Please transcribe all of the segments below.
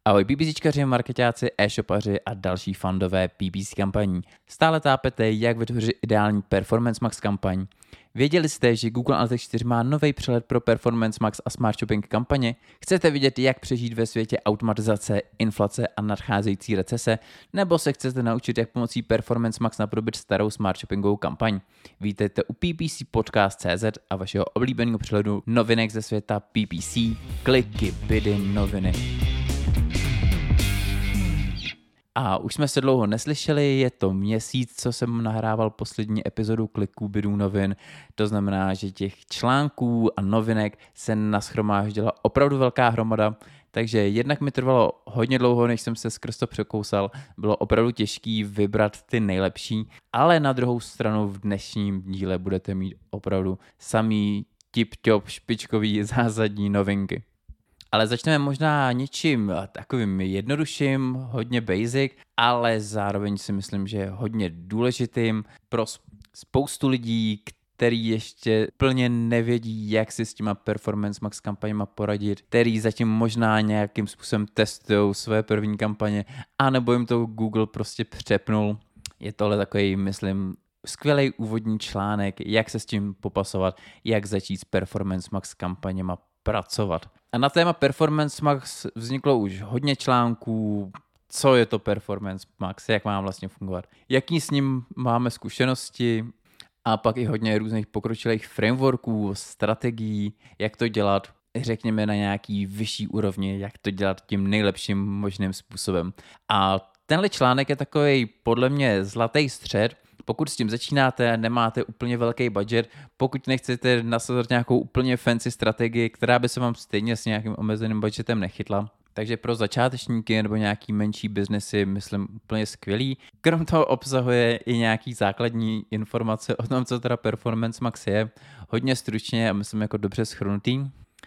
Ahoj PPCčkaři, marketáci, e-shopaři a další fandové PPC kampaní. Stále tápete, jak vytvořit ideální Performance Max kampaň? Věděli jste, že Google Analytics 4 má nový přehled pro Performance Max a Smart Shopping kampaně? Chcete vidět, jak přežít ve světě automatizace, inflace a nadcházející recese? Nebo se chcete naučit, jak pomocí Performance Max napodobit starou Smart Shoppingovou kampaň? Vítejte u PPCpodcast.cz a vašeho oblíbeného přehledu novinek ze světa PPC, kliky, bidy, noviny. A už jsme se dlouho neslyšeli, je to měsíc, co jsem nahrával poslední epizodu kliků, bydů, novin. To znamená, že těch článků a novinek se nashromáždila opravdu velká hromada, takže jednak mi trvalo hodně dlouho, než jsem se skrz to překousal. Bylo opravdu těžký vybrat ty nejlepší, ale na druhou stranu v dnešním díle budete mít opravdu samý tip-top špičkový zásadní novinky. Ale začneme možná něčím takovým jednodušším, hodně basic, ale zároveň si myslím, že je hodně důležitým pro spoustu lidí, který ještě plně nevědí, jak si s těma Performance Max kampaněma poradit, který zatím možná nějakým způsobem testují své první kampaně, anebo jim to Google prostě přepnul. Je tohle takový, myslím, skvělý úvodní článek, jak se s tím popasovat, jak začít s Performance Max kampaněma pracovat. A na téma Performance Max vzniklo už hodně článků, co je to Performance Max, jak má vlastně fungovat, jaký s ním máme zkušenosti a pak i hodně různých pokročilých frameworků, strategií, jak to dělat, řekněme na nějaký vyšší úrovni, jak to dělat tím nejlepším možným způsobem. A tenhle článek je takový podle mě zlatý střed. Pokud s tím začínáte, nemáte úplně velký budget, pokud nechcete nasazovat nějakou úplně fancy strategii, která by se vám stejně s nějakým omezeným budgetem nechytla. Takže pro začátečníky nebo nějaký menší biznesy myslím úplně skvělý. Krom toho obsahuje i nějaký základní informace o tom, co teda Performance Max je. Hodně stručně a myslím jako dobře shrnutý.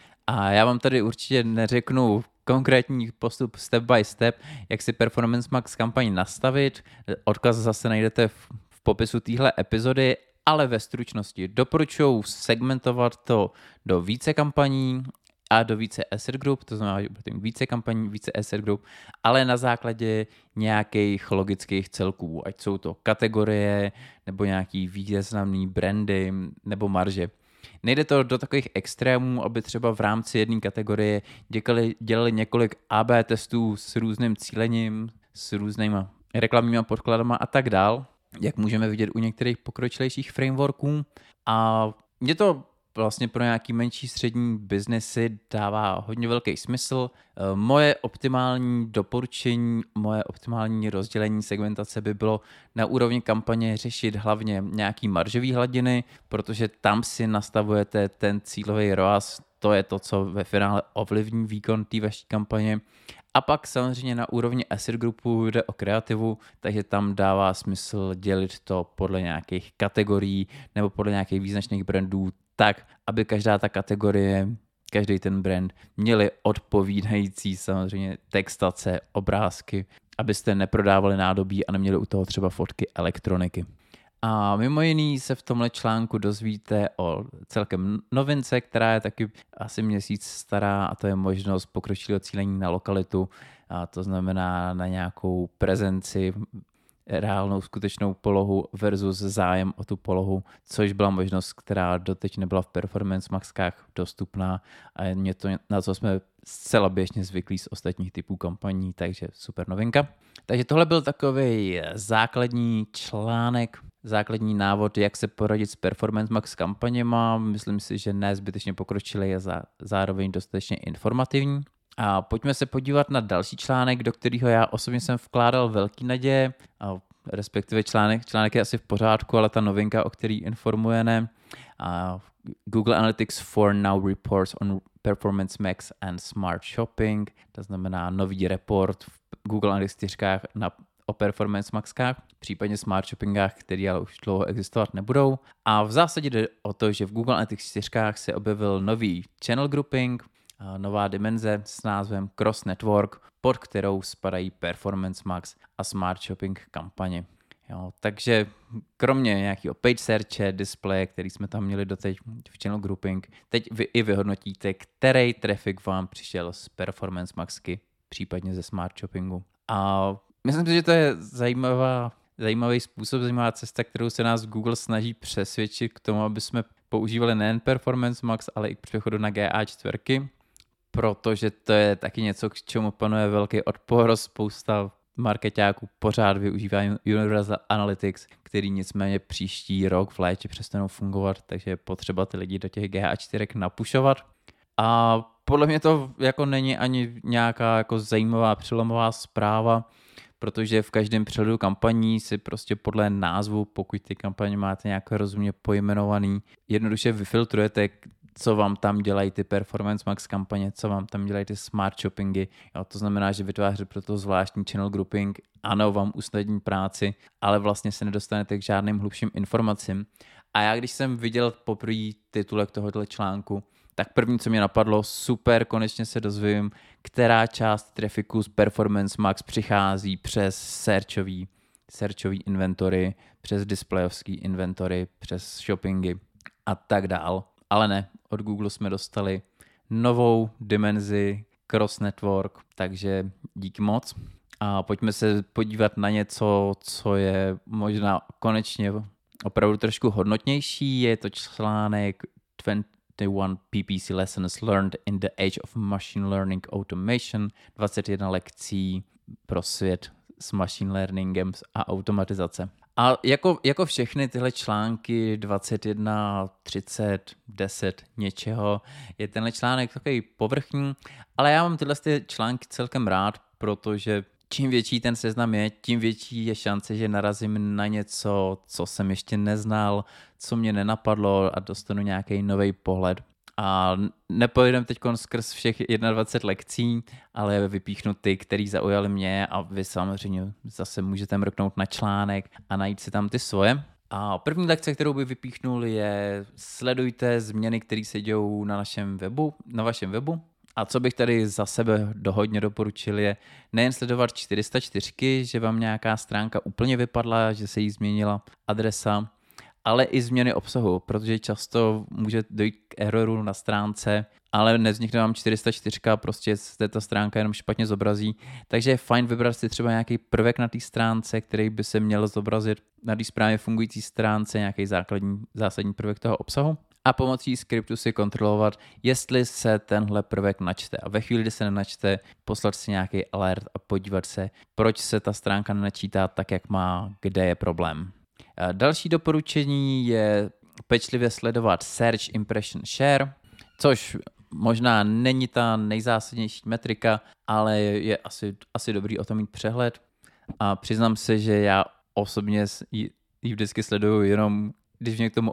A já vám tady určitě neřeknu konkrétní postup step by step, jak si Performance Max kampaň nastavit. Odkaz zase najdete v popisu téhle epizody, ale ve stručnosti doporučuji segmentovat to do více kampaní a do více asset group, to znamená, že budete mít více kampaní, více asset group, ale na základě nějakých logických celků, ať jsou to kategorie, nebo nějaký významný brandy, nebo marže. Nejde to do takových extrémů, aby třeba v rámci jedné kategorie dělali několik AB testů s různým cílením, s různýma reklamníma podkladama a tak dál, jak můžeme vidět u některých pokročilejších frameworků. A mě to vlastně pro nějaký menší střední biznesy dává hodně velký smysl. Moje optimální doporučení, moje optimální rozdělení segmentace by bylo na úrovni kampaně řešit hlavně nějaký maržový hladiny, protože tam si nastavujete ten cílový ROAS, to je to, co ve finále ovlivní výkon té vaší kampaně. A pak samozřejmě na úrovni asset groupu jde o kreativu, takže tam dává smysl dělit to podle nějakých kategorií nebo podle nějakých význačných brandů tak, aby každá ta kategorie, každý ten brand měli odpovídající samozřejmě textace, obrázky, abyste neprodávali nádobí a neměli u toho třeba fotky elektroniky. A mimo jiný se v tomhle článku dozvíte o celkem novince, která je taky asi měsíc stará, a to je možnost pokročilého cílení na lokalitu, a to znamená na nějakou prezenci, reálnou skutečnou polohu versus zájem o tu polohu, což byla možnost, která doteď nebyla v Performance Maxkách dostupná a je to, na co jsme zcela běžně zvyklí z ostatních typů kampaní, takže super novinka. Takže tohle byl takový základní článek, základní návod, jak se poradit s Performance Max kampaněma. Myslím si, že ne zbytečně pokročilý a zároveň dostatečně informativní. A pojďme se podívat na další článek, do kterého já osobně jsem vkládal velký naděje, respektive článek je asi v pořádku, ale ta novinka, o který informuje, ne. Google Analytics 4 now reports on Performance Max and Smart Shopping, to znamená nový report v Google Analytics 4 o Performance Maxkách, případně Smart Shoppingách, které ale už dlouho existovat nebudou. A v zásadě jde o to, že v Google Analytics 4 se objevil nový channel grouping, nová dimenze s názvem Cross Network, pod kterou spadají Performance Max a Smart Shopping kampaně. Jo, takže kromě nějakého page searche, displaye, který jsme tam měli doteď v channel grouping, teď vy i vyhodnotíte, který trafik vám přišel z Performance Maxky případně ze smart shoppingu. A myslím si, že to je zajímavý způsob, zajímavá cesta, kterou se nás Google snaží přesvědčit k tomu, aby jsme používali nejen Performance Max, ale i k přechodu na GA4, protože to je taky něco, k čemu panuje velký odpor. Spousta marketáků pořád využívají Universal Analytics, který nicméně příští rok v létě přestanou fungovat, takže je potřeba ty lidi do těch GA4 napušovat. A podle mě to jako není ani nějaká jako zajímavá přelomová zpráva, protože v každém přehledu kampaní si prostě podle názvu, pokud ty kampaně máte nějak rozumně pojmenovaný, jednoduše vyfiltrujete, co vám tam dělají ty Performance Max kampaně, co vám tam dělají ty smart shoppingy. Jo, to znamená, že vytvářet pro to zvláštní channel grouping, ano, vám usnadní práci, ale vlastně se nedostanete k žádným hlubším informacím. A já, když jsem viděl poprvé titulek tohoto článku, tak první, co mě napadlo, super, konečně se dozvím, která část trafiku z Performance Max přichází přes searchový inventory, přes displayovský inventory, přes shoppingy a tak dál. Ale ne, od Google jsme dostali novou dimenzi cross network, takže díky moc. A pojďme se podívat na něco, co je možná konečně opravdu trošku hodnotnější. Je to článek 21 PPC Lessons Learned in the Age of Machine Learning Automation, 21 lekcí pro svět s machine learningem a automatizace. A jako všechny tyhle články 21, 30, 10 něčeho, je tenhle článek takový povrchní, ale já mám tyhle články celkem rád, protože čím větší ten seznam je, tím větší je šance, že narazím na něco, co jsem ještě neznal, co mě nenapadlo a dostanu nějaký nový pohled. A nepojedeme teď skrz všech 21 lekcí, ale vypíchnu ty, který zaujaly mě a vy samozřejmě zase můžete mrknout na článek a najít si tam ty svoje. A první lekce, kterou bych vypíchnul, je sledujte změny, které se dějou na vašem webu. A co bych tady za sebe hodně doporučil je nejen sledovat 404, že vám nějaká stránka úplně vypadla, že se jí změnila adresa, ale i změny obsahu, protože často může dojít k eroru na stránce, ale nevznikne vám 404, prostě se ta stránka jenom špatně zobrazí. Takže je fajn vybrat si třeba nějaký prvek na té stránce, který by se měl zobrazit na té správně fungující stránce, nějaký zásadní prvek toho obsahu. A pomocí skriptu si kontrolovat, jestli se tenhle prvek načte. A ve chvíli, kdy se nenačte, poslat si nějaký alert a podívat se, proč se ta stránka nenačítá tak, jak má, kde je problém. Další doporučení je pečlivě sledovat Search Impression Share, což možná není ta nejzásadnější metrika, ale je asi dobrý o tom mít přehled. A přiznám se, že já osobně ji vždycky sleduju jenom, když mě k tomu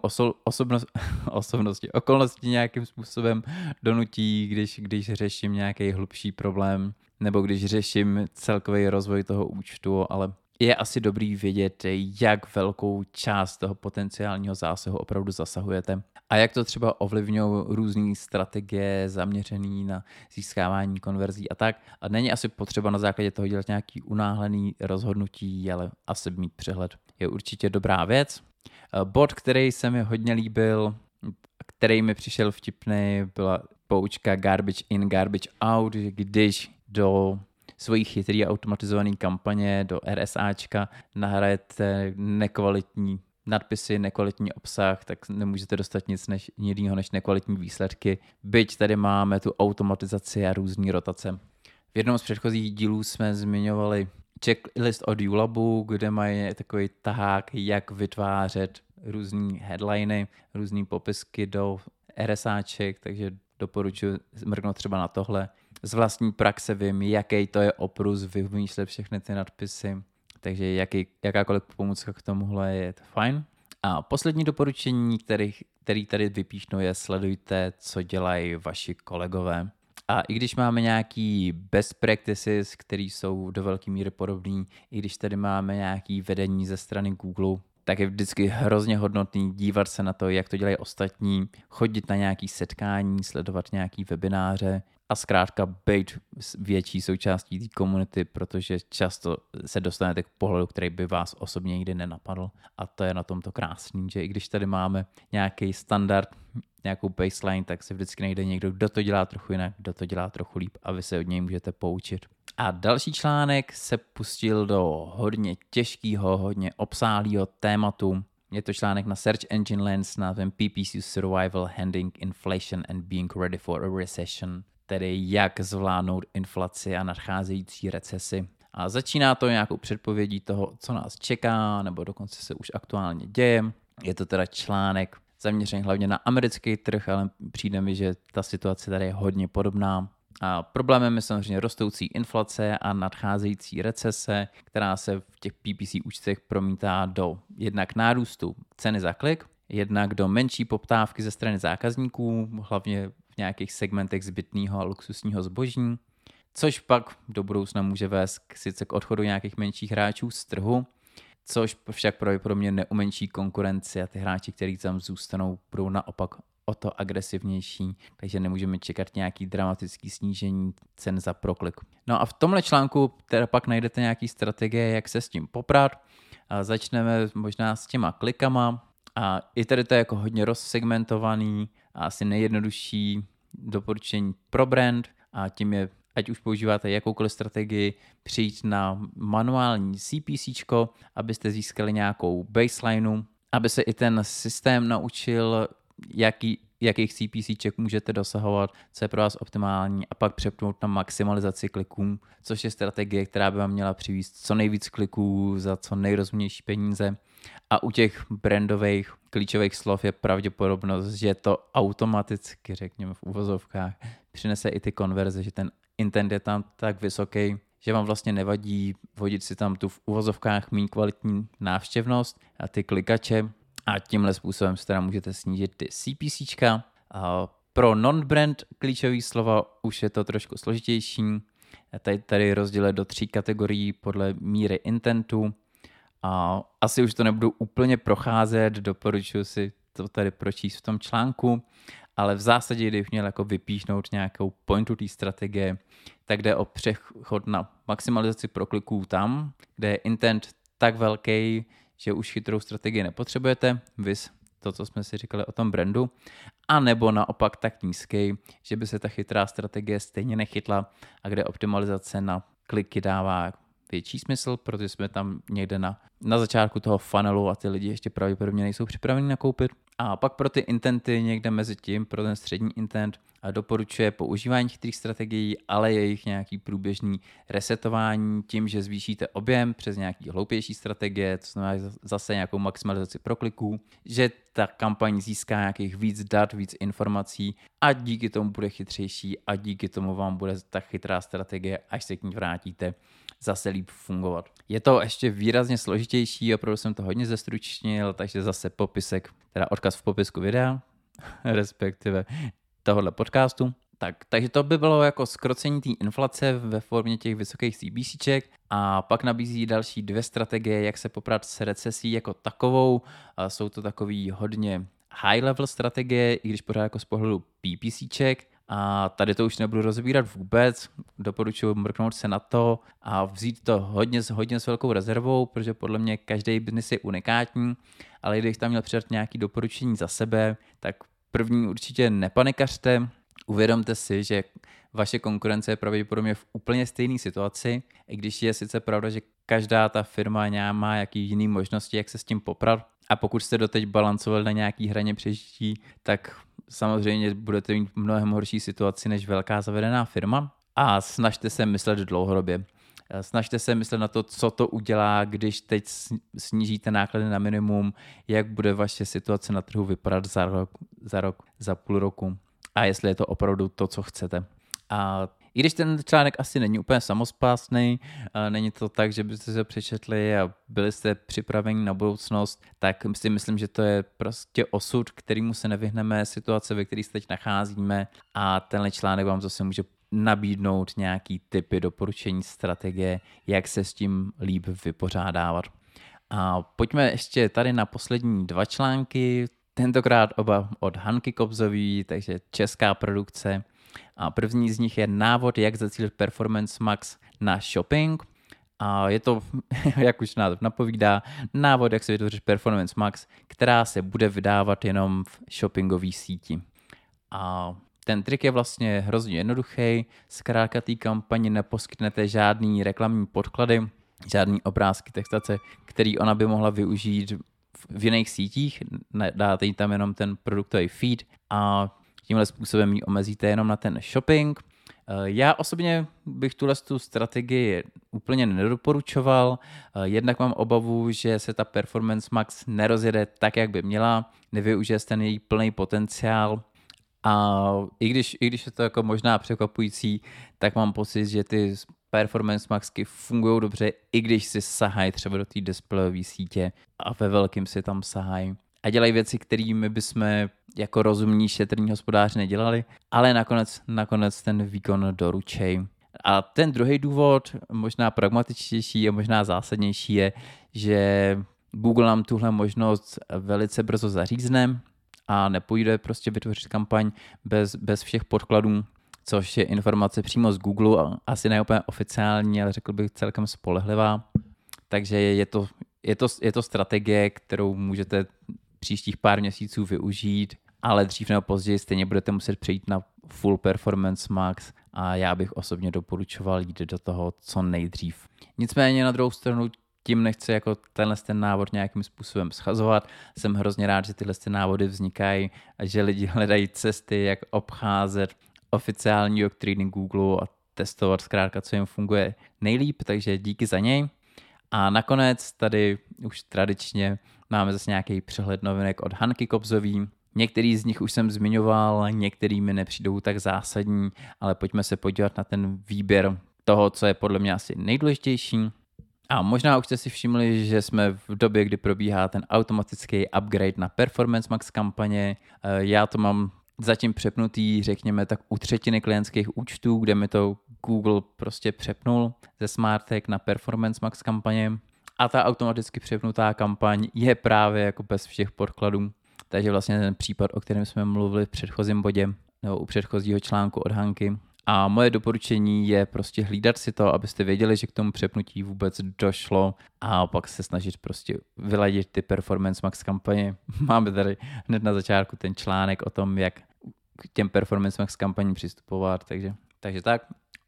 okolnosti nějakým způsobem donutí, když řeším nějaký hlubší problém, nebo když řeším celkový rozvoj toho účtu, ale je asi dobrý vědět, jak velkou část toho potenciálního zásahu opravdu zasahujete a jak to třeba ovlivňují různé strategie zaměřené na získávání konverzí a tak. A není asi potřeba na základě toho dělat nějaký unáhlený rozhodnutí, ale asi mít přehled je určitě dobrá věc. Bod, který se mi hodně líbil, který mi přišel vtipný, byla poučka garbage in, garbage out, že když do svojí chytrý a automatizované kampaně do RSAčka nahrajete nekvalitní nadpisy, nekvalitní obsah, tak nemůžete dostat nic jiného než nekvalitní výsledky. Byť tady máme tu automatizaci a různý rotace. V jednom z předchozích dílů jsme zmiňovali checklist od YouLabu, kde mají takový tahák, jak vytvářet různý headliny, různý popisky do RSAček, takže doporučuji mrknout třeba na tohle. Z vlastní praxe vím, jaký to je oprus vymýšlet všechny ty nadpisy, takže jakákoliv pomůcka k tomuhle je to fajn. A poslední doporučení, který tady vypíšnu, je sledujte, co dělají vaši kolegové. A i když máme nějaký best practices, které jsou do velké míry podobné, i když tady máme nějaké vedení ze strany Google, tak je vždycky hrozně hodnotný dívat se na to, jak to dělají ostatní, chodit na nějaké setkání, sledovat nějaké webináře a zkrátka být větší součástí té komunity, protože často se dostanete k pohledu, který by vás osobně nikdy nenapadl. A to je na tomto krásný, že i když tady máme nějaký standard, nějakou baseline, tak se vždycky najde někdo, kdo to dělá trochu jinak, kdo to dělá trochu líp a vy se od něj můžete poučit. A další článek se pustil do hodně těžkého, hodně obsáhlého tématu. Je to článek na Search Engine Lens s názvem PPC Survival Handling Inflation and Being Ready for a Recession, tedy jak zvládnout inflaci a nadcházející recesi. A začíná to nějakou předpovědí toho, co nás čeká, nebo dokonce se už aktuálně děje. Je to teda článek zaměřený hlavně na americký trh, ale přijde mi, že ta situace tady je hodně podobná. A problémem je samozřejmě rostoucí inflace a nadcházející recese, která se v těch PPC účtech promítá do jednak nárůstu ceny za klik, jednak do menší poptávky ze strany zákazníků, hlavně v nějakých segmentech zbytného a luxusního zboží, což pak do budoucna může vést sice k odchodu nějakých menších hráčů z trhu, což však pravděpodobně neumenší konkurenci a ty hráči, kteří tam zůstanou, budou naopak o to agresivnější, takže nemůžeme čekat nějaký dramatický snížení cen za proklik. No a v tomhle článku teda pak najdete nějaký strategie, jak se s tím poprat. A začneme možná s těma klikama a i tady to je jako hodně rozsegmentovaný a asi nejjednodušší doporučení pro brand a tím je, ať už používáte jakoukoliv strategii, přijít na manuální CPCčko, abyste získali nějakou baselineu, aby se i ten systém naučil, jakých CPCček můžete dosahovat, co je pro vás optimální a pak přepnout na maximalizaci kliků, což je strategie, která by vám měla přivést co nejvíc kliků za co nejrozumnější peníze. A u těch brandových klíčových slov je pravděpodobnost, že to automaticky, řekněme v uvozovkách, přinese i ty konverze, že ten intent je tam tak vysoký, že vám vlastně nevadí vodit si tam tu v uvozovkách méně kvalitní návštěvnost a ty klikače, a tímhle způsobem se teda můžete snížit ty CPCčka. Pro non-brand klíčový slova už je to trošku složitější. Tady rozdělím do 3 kategorií podle míry intentu. Asi už to nebudu úplně procházet, doporučuji si to tady pročíst v tom článku, ale v zásadě, kdybych měl jako vypíchnout nějakou pointu té strategie, tak jde o přechod na maximalizaci prokliků tam, kde je intent tak velký, že už chytrou strategii nepotřebujete, viz to, co jsme si říkali o tom brandu, a nebo naopak tak nízký, že by se ta chytrá strategie stejně nechytla a kde optimalizace na kliky dává větší smysl, protože jsme tam někde na začátku toho funnelu a ty lidi ještě pravděpodobně nejsou připraveni nakoupit. A pak pro ty intenty někde mezi tím, pro ten střední intent, doporučuje používání chytrých strategií, ale jejich nějaký průběžný resetování tím, že zvýšíte objem přes nějaký hloupější strategie, to znamená zase nějakou maximalizaci prokliků, že ta kampaň získá nějakých víc dat, víc informací a díky tomu bude chytřejší a díky tomu vám bude ta chytrá strategie, až se k ní vrátíte, zase líp fungovat. Je to ještě výrazně složitější, opravdu jsem to hodně zestručnil, takže zase popisek, teda odkaz v popisku videa, respektive tohohle podcastu. Takže to by bylo jako zkrocení té inflace ve formě těch vysokých CPCček a pak nabízí další 2 strategie, jak se poprat s recesí jako takovou. Jsou to takový hodně high level strategie, i když pořád jako z pohledu PPCček. A tady to už nebudu rozebírat vůbec, doporučuji mrknout se na to a vzít to hodně s velkou rezervou, protože podle mě každý biznis je unikátní, ale když tam měl přidat nějaké doporučení za sebe, tak první určitě nepanikařte, uvědomte si, že vaše konkurence je pravděpodobně v úplně stejné situaci, i když je sice pravda, že každá ta firma má jaký jiný možnosti, jak se s tím poprat. A pokud jste doteď balancovali na nějaký hraně přežití, tak samozřejmě budete mít mnohem horší situaci než velká zavedená firma. A snažte se myslet dlouhodobě. Snažte se myslet na to, co to udělá, když teď snížíte náklady na minimum, jak bude vaše situace na trhu vypadat za rok, za půl roku a jestli je to opravdu to, co chcete. A i když ten článek asi není úplně samospásný, není to tak, že byste se přečetli a byli jste připraveni na budoucnost, tak si myslím, že to je prostě osud, kterému se nevyhneme, situace, ve které se teď nacházíme a tenhle článek vám zase může nabídnout nějaký tipy, doporučení, strategie, jak se s tím líp vypořádávat. A pojďme ještě tady na poslední 2 články, tentokrát oba od Hanky Kobzové, takže česká produkce. A první z nich je návod, jak zacílit Performance Max na shopping. A je to, jak už název napovídá, návod, jak se vytvořit Performance Max, která se bude vydávat jenom v shoppingové síti. A Ten trik je vlastně hrozně jednoduchý. Zkrátka té kampani neposkytnete žádný reklamní podklady, žádný obrázky, textace, který ona by mohla využít v jiných sítích. Dáte jí tam jenom ten produktový feed a tímhle způsobem ji omezíte jenom na ten shopping. Já osobně bych tu strategii úplně nedoporučoval. Jednak mám obavu, že se ta Performance Max nerozjede tak, jak by měla, nevyužije ten její plný potenciál. A i když je to jako možná překvapující, tak mám pocit, že ty Performance Maxky fungují dobře, i když si sahají třeba do té displejové sítě a ve velkým si tam sahají. A dělají věci, kterými bychom jako rozumní šetrní hospodáři nedělali, ale nakonec ten výkon doručej. A ten druhý důvod, možná pragmatičtější a možná zásadnější, je, že Google nám tuhle možnost velice brzo zařízne a nepůjde prostě vytvořit kampaň bez všech podkladů, což je informace přímo z Google a asi ne úplně oficiální, ale řekl bych celkem spolehlivá. Takže je to strategie, kterou můžete příštích pár měsíců využít, ale dřív nebo později stejně budete muset přejít na Full Performance Max a já bych osobně doporučoval jít do toho co nejdřív. Nicméně na druhou stranu tím nechci jako ten návod nějakým způsobem schazovat. Jsem hrozně rád, že tyhle návody vznikají a že lidi hledají cesty, jak obcházet oficiální doktríny Google a testovat zkrátka, co jim funguje nejlíp, takže díky za něj. A nakonec tady už tradičně máme zase nějaký přehled novinek od Hanky Kobzový. Některý z nich už jsem zmiňoval, některý mi nepřijdou tak zásadní, ale pojďme se podívat na ten výběr toho, co je podle mě asi nejdůležitější. A možná už jste si všimli, že jsme v době, kdy probíhá ten automatický upgrade na Performance Max kampaně. Já to mám zatím přepnutý, řekněme, tak u třetiny klientských účtů, kde mi to Google prostě přepnul ze SmartTag na Performance Max kampaně. A ta automaticky přepnutá kampaň je právě jako bez všech podkladů. Takže vlastně ten případ, o kterém jsme mluvili v předchozím bodě, nebo u předchozího článku od Hanky. A moje doporučení je prostě hlídat si to, abyste věděli, že k tomu přepnutí vůbec došlo a pak se snažit prostě vyladit ty Performance Max kampaně. Máme tady hned na začátku ten článek o tom, jak k těm Performance Max kampaním přistupovat, takže tak.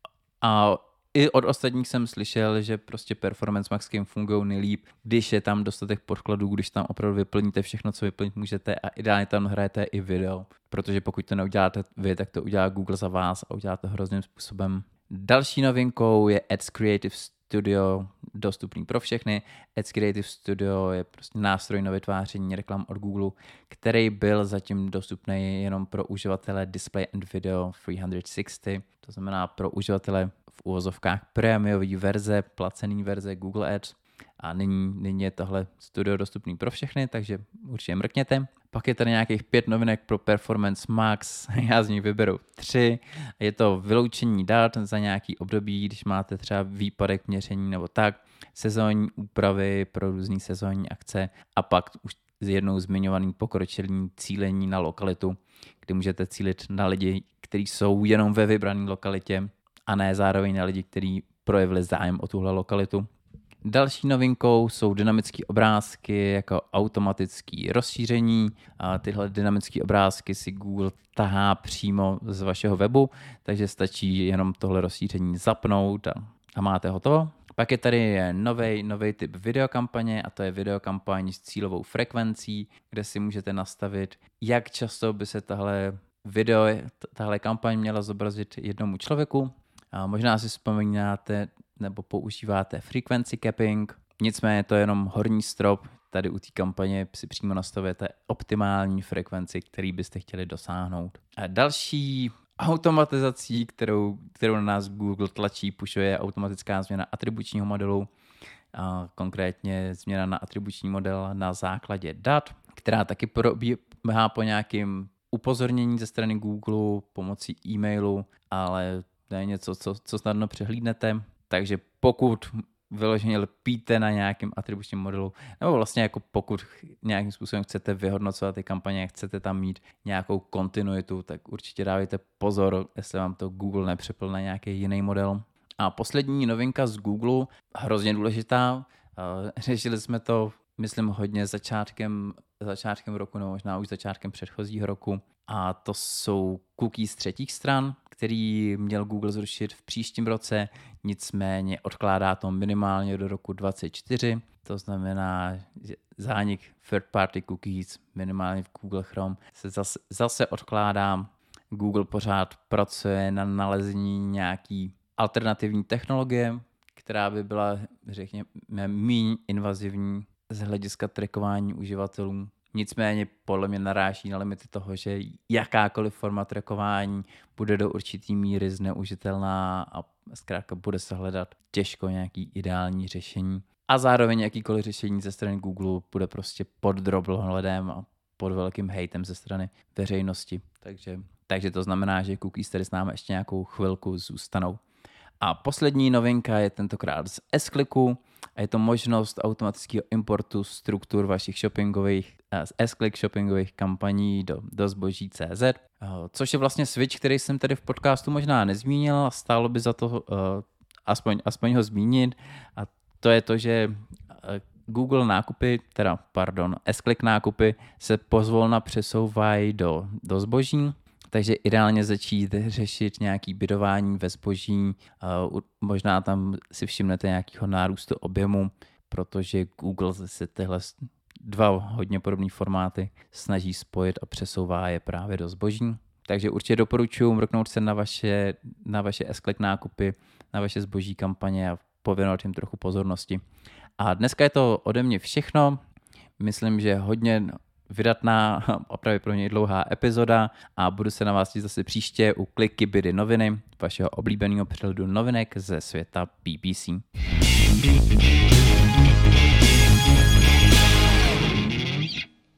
A i od ostatních jsem slyšel, že prostě Performance Max fungují nejlíp, když je tam dostatek podkladů, když tam opravdu vyplníte všechno, co vyplnit můžete a ideálně tam hrajete i video, protože pokud to neuděláte vy, tak to udělá Google za vás a udělá to hrozným způsobem. Další novinkou je Ads Creative Studio, dostupný pro všechny. Ads Creative Studio je prostě nástroj na vytváření reklam od Google, který byl zatím dostupný jenom pro uživatele Display and Video 360, to znamená pro uživatele v uvozovkách prémiové verze, placený verze Google Ads. A nyní je tohle studio dostupný pro všechny, takže určitě mrkněte. Pak je tady nějakých 5 novinek pro Performance Max, já z nich vyberu 3. Je to vyloučení dat za nějaký období, když máte třeba výpadek měření nebo tak, sezónní úpravy pro různý sezónní akce a pak už jednou zmiňovaný pokročilý cílení na lokalitu, kdy můžete cílit na lidi, kteří jsou jenom ve vybrané lokalitě a ne zároveň na lidi, kteří projevili zájem o tuhle lokalitu. Další novinkou jsou dynamické obrázky jako automatické rozšíření. A tyhle dynamické obrázky si Google tahá přímo z vašeho webu, takže stačí jenom tohle rozšíření zapnout a máte hotovo. Pak je tady nový typ videokampaně a to je videokampaň s cílovou frekvencí, kde si můžete nastavit, jak často by se tahle kampaň měla zobrazit jednomu člověku. A možná si vzpomínáte nebo používáte frequency capping, nicméně to je jenom horní strop, tady u té kampaně si přímo nastavujete optimální frekvenci, který byste chtěli dosáhnout. A další automatizací, kterou na nás Google tlačí, pušuje automatická změna atribučního modelu, a konkrétně změna na atribuční model na základě dat, která taky probíhá po nějakém upozornění ze strany Google pomocí e-mailu, ale to je něco, co snadno přehlídnete. Takže pokud vyloženě lpíte na nějakém atribučním modelu, nebo vlastně jako pokud nějakým způsobem chcete vyhodnocovat ty kampaně, chcete tam mít nějakou kontinuitu, tak určitě dávejte pozor, jestli vám to Google nepřepl na nějaký jiný model. A poslední novinka z Google, hrozně důležitá, řešili jsme to, myslím, hodně začátkem začátkem roku, nebo možná už začátkem předchozího roku. A to jsou cookies třetích stran, který měl Google zrušit v příštím roce, nicméně odkládá to minimálně do roku 2024. To znamená, že zánik third party cookies minimálně v Google Chrome se zase odkládá. Google pořád pracuje na nalezení nějaký alternativní technologie, která by byla, řekněme, méně invazivní z hlediska trackování uživatelů. Nicméně podle mě naráží na limity toho, že jakákoliv forma trackování bude do určitý míry zneužitelná a zkrátka bude se hledat těžko nějaký ideální řešení. A zároveň jakýkoliv řešení ze strany Google bude prostě pod drobnohledem a pod velkým hejtem ze strany veřejnosti. Takže to znamená, že cookies tady s námi ještě nějakou chvilku zůstanou. A poslední novinka je tentokrát z S-Clicku a je to možnost automatického importu struktur vašich z S-Click shoppingových kampaní do zboží.cz, což je vlastně switch, který jsem tady v podcastu možná nezmínil a stálo by za to aspoň ho zmínit. A to je to, že Google nákupy, S-Click nákupy se pozvolna přesouvají do zboží. Takže ideálně začít řešit nějaké bidování ve zboží, možná tam si všimnete nějakého nárůstu objemu, protože Google se tyhle dva hodně podobné formáty snaží spojit a přesouvá je právě do zboží. Takže určitě doporučuji mrknout se na vaše S-Click nákupy, na vaše zboží kampaně a pověnovat jim trochu pozornosti. A dneska je to ode mě všechno. Myslím, že hodně vydatná a pravděpodobně dlouhá epizoda a budu se na vás těšit zase příště u Kliky Bidy noviny, vašeho oblíbeného přehledu novinek ze světa BBC.